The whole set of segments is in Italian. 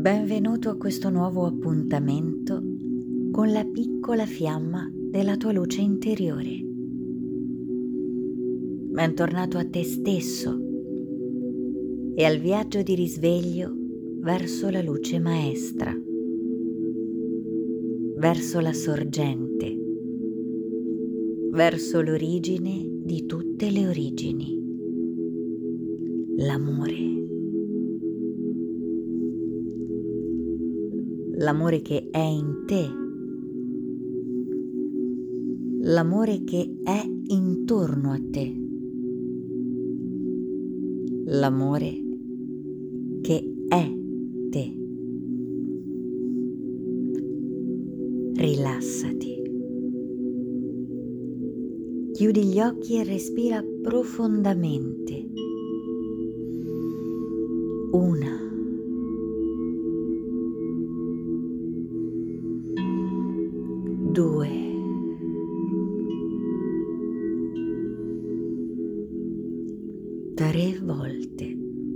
Benvenuto a questo nuovo appuntamento con la piccola fiamma della tua luce interiore. Bentornato a te stesso e al viaggio di risveglio verso la luce maestra, verso la sorgente, verso l'origine di tutte le origini, l'amore. L'amore che è in te, l'amore che è intorno a te, l'amore che è te. Rilassati. Chiudi gli occhi e respira profondamente. 1, 2, 3 volte.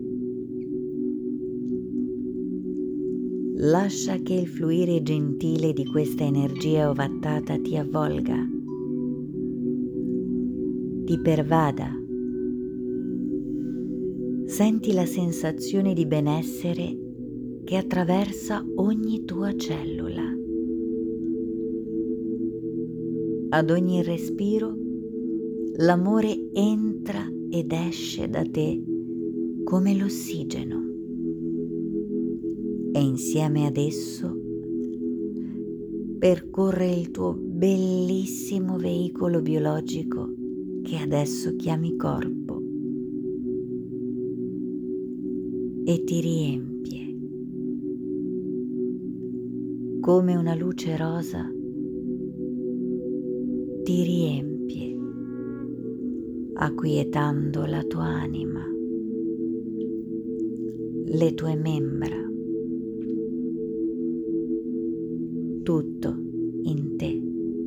Lascia che il fluire gentile di questa energia ovattata ti avvolga, ti pervada. Senti la sensazione di benessere che attraversa ogni tua cellula. Ad ogni respiro, l'amore entra ed esce da te come l'ossigeno e insieme ad esso percorre il tuo bellissimo veicolo biologico che adesso chiami corpo e ti riempie come una luce rosa. Ti riempie, acquietando la tua anima, le tue membra, tutto in te.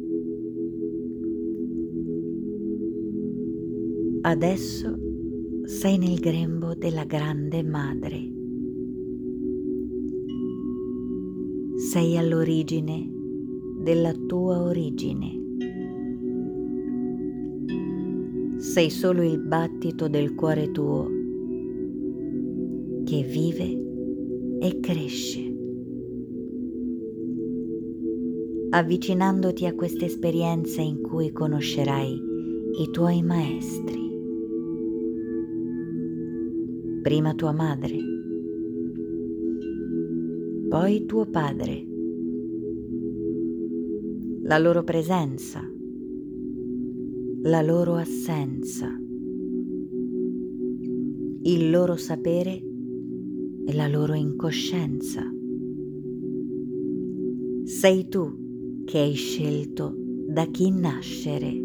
Adesso sei nel grembo della grande madre. Sei all'origine della tua origine. Sei solo il battito del cuore tuo che vive e cresce. Avvicinandoti a questa esperienza in cui conoscerai i tuoi maestri. Prima tua madre, poi tuo padre, la loro presenza, la loro assenza, il loro sapere e la loro incoscienza. Sei tu che hai scelto da chi nascere.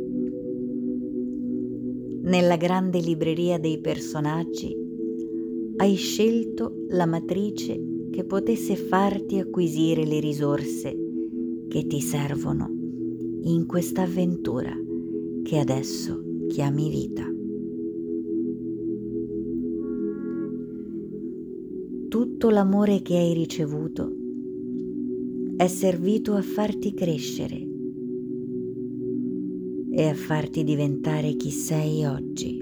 Nella grande libreria dei personaggi hai scelto la matrice che potesse farti acquisire le risorse che ti servono in questa avventura che adesso chiami vita. Tutto l'amore che hai ricevuto è servito a farti crescere e a farti diventare chi sei oggi.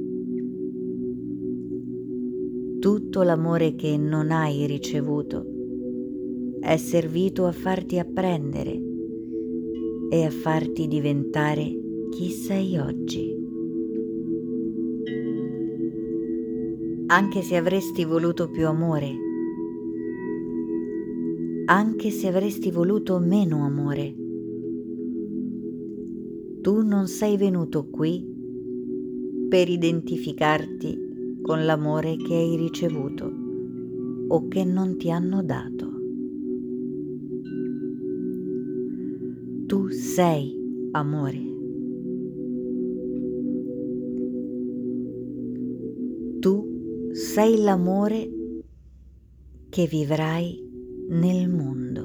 Tutto l'amore che non hai ricevuto è servito a farti apprendere e a farti diventare chi sei oggi. Anche se avresti voluto più amore, anche se avresti voluto meno amore, tu non sei venuto qui per identificarti con l'amore che hai ricevuto o che non ti hanno dato. Tu sei amore. Tu sei l'amore che vivrai nel mondo.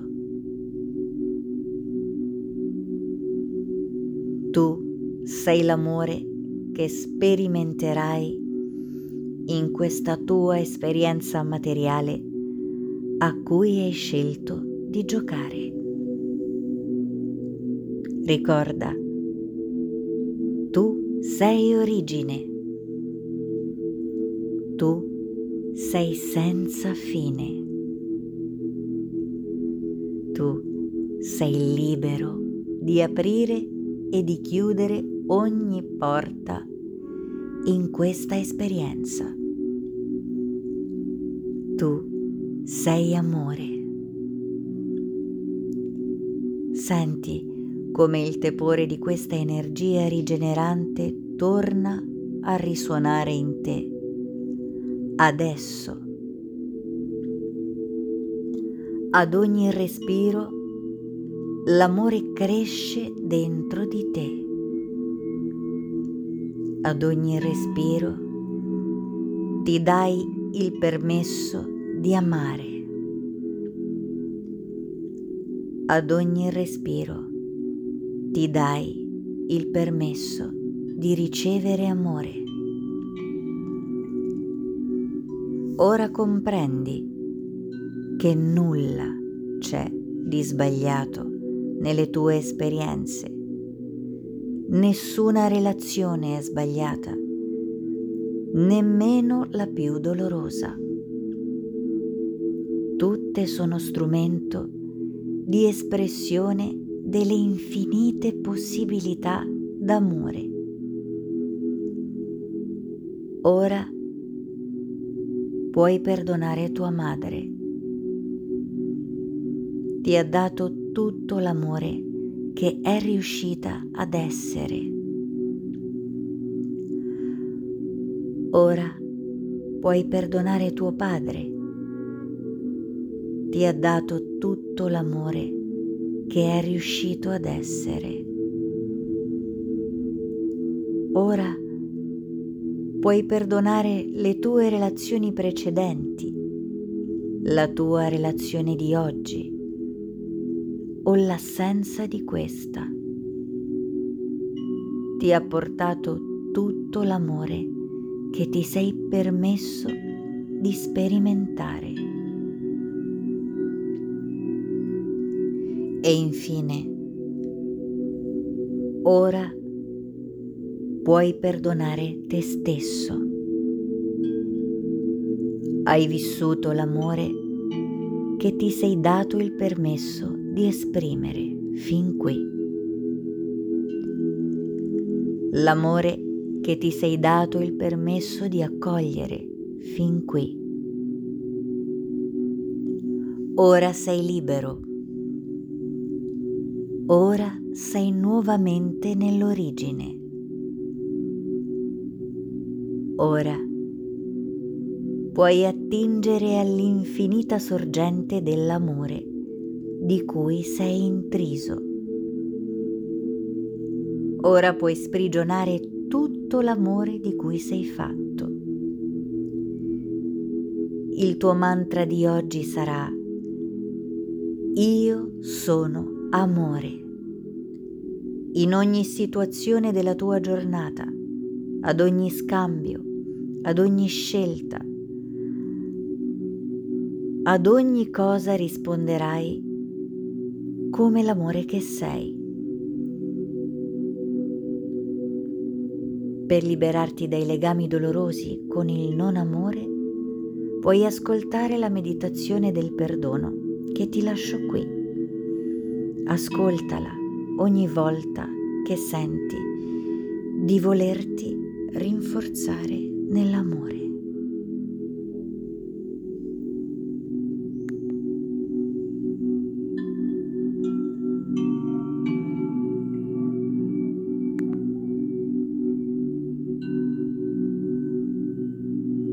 Tu sei l'amore che sperimenterai in questa tua esperienza materiale a cui hai scelto di giocare. Ricorda, tu sei origine, tu sei senza fine, tu sei libero di aprire e di chiudere ogni porta in questa esperienza. Tu sei amore. Senti come il tepore di questa energia rigenerante torna a risuonare in te. Adesso, ad ogni respiro, l'amore cresce dentro di te. Ad ogni respiro ti dai il permesso di amare. Ad ogni respiro ti dai il permesso di ricevere amore. Ora comprendi che nulla c'è di sbagliato nelle tue esperienze. Nessuna relazione è sbagliata, nemmeno la più dolorosa. Tutte sono strumento di espressione delle infinite possibilità d'amore. Ora puoi perdonare tua madre. Ti ha dato tutto l'amore che è riuscita ad essere. Ora puoi perdonare tuo padre. Ti ha dato tutto l'amore che è riuscito ad essere. Ora puoi perdonare le tue relazioni precedenti, la tua relazione di oggi o l'assenza di questa. Ti ha portato tutto l'amore che ti sei permesso di sperimentare. E infine, ora puoi perdonare te stesso. Hai vissuto l'amore che ti sei dato il permesso di esprimere fin qui. L'amore che ti sei dato il permesso di accogliere fin qui. Ora sei libero. Ora sei nuovamente nell'origine. Ora puoi attingere all'infinita sorgente dell'amore di cui sei intriso. Ora puoi sprigionare tutto l'amore di cui sei fatto. Il tuo mantra di oggi sarà: io sono amore. In ogni situazione della tua giornata, ad ogni scambio, ad ogni scelta, ad ogni cosa risponderai come l'amore che sei. Per liberarti dai legami dolorosi con il non amore, puoi ascoltare la meditazione del perdono che ti lascio qui. Ascoltala ogni volta che senti di volerti rinforzare nell'amore.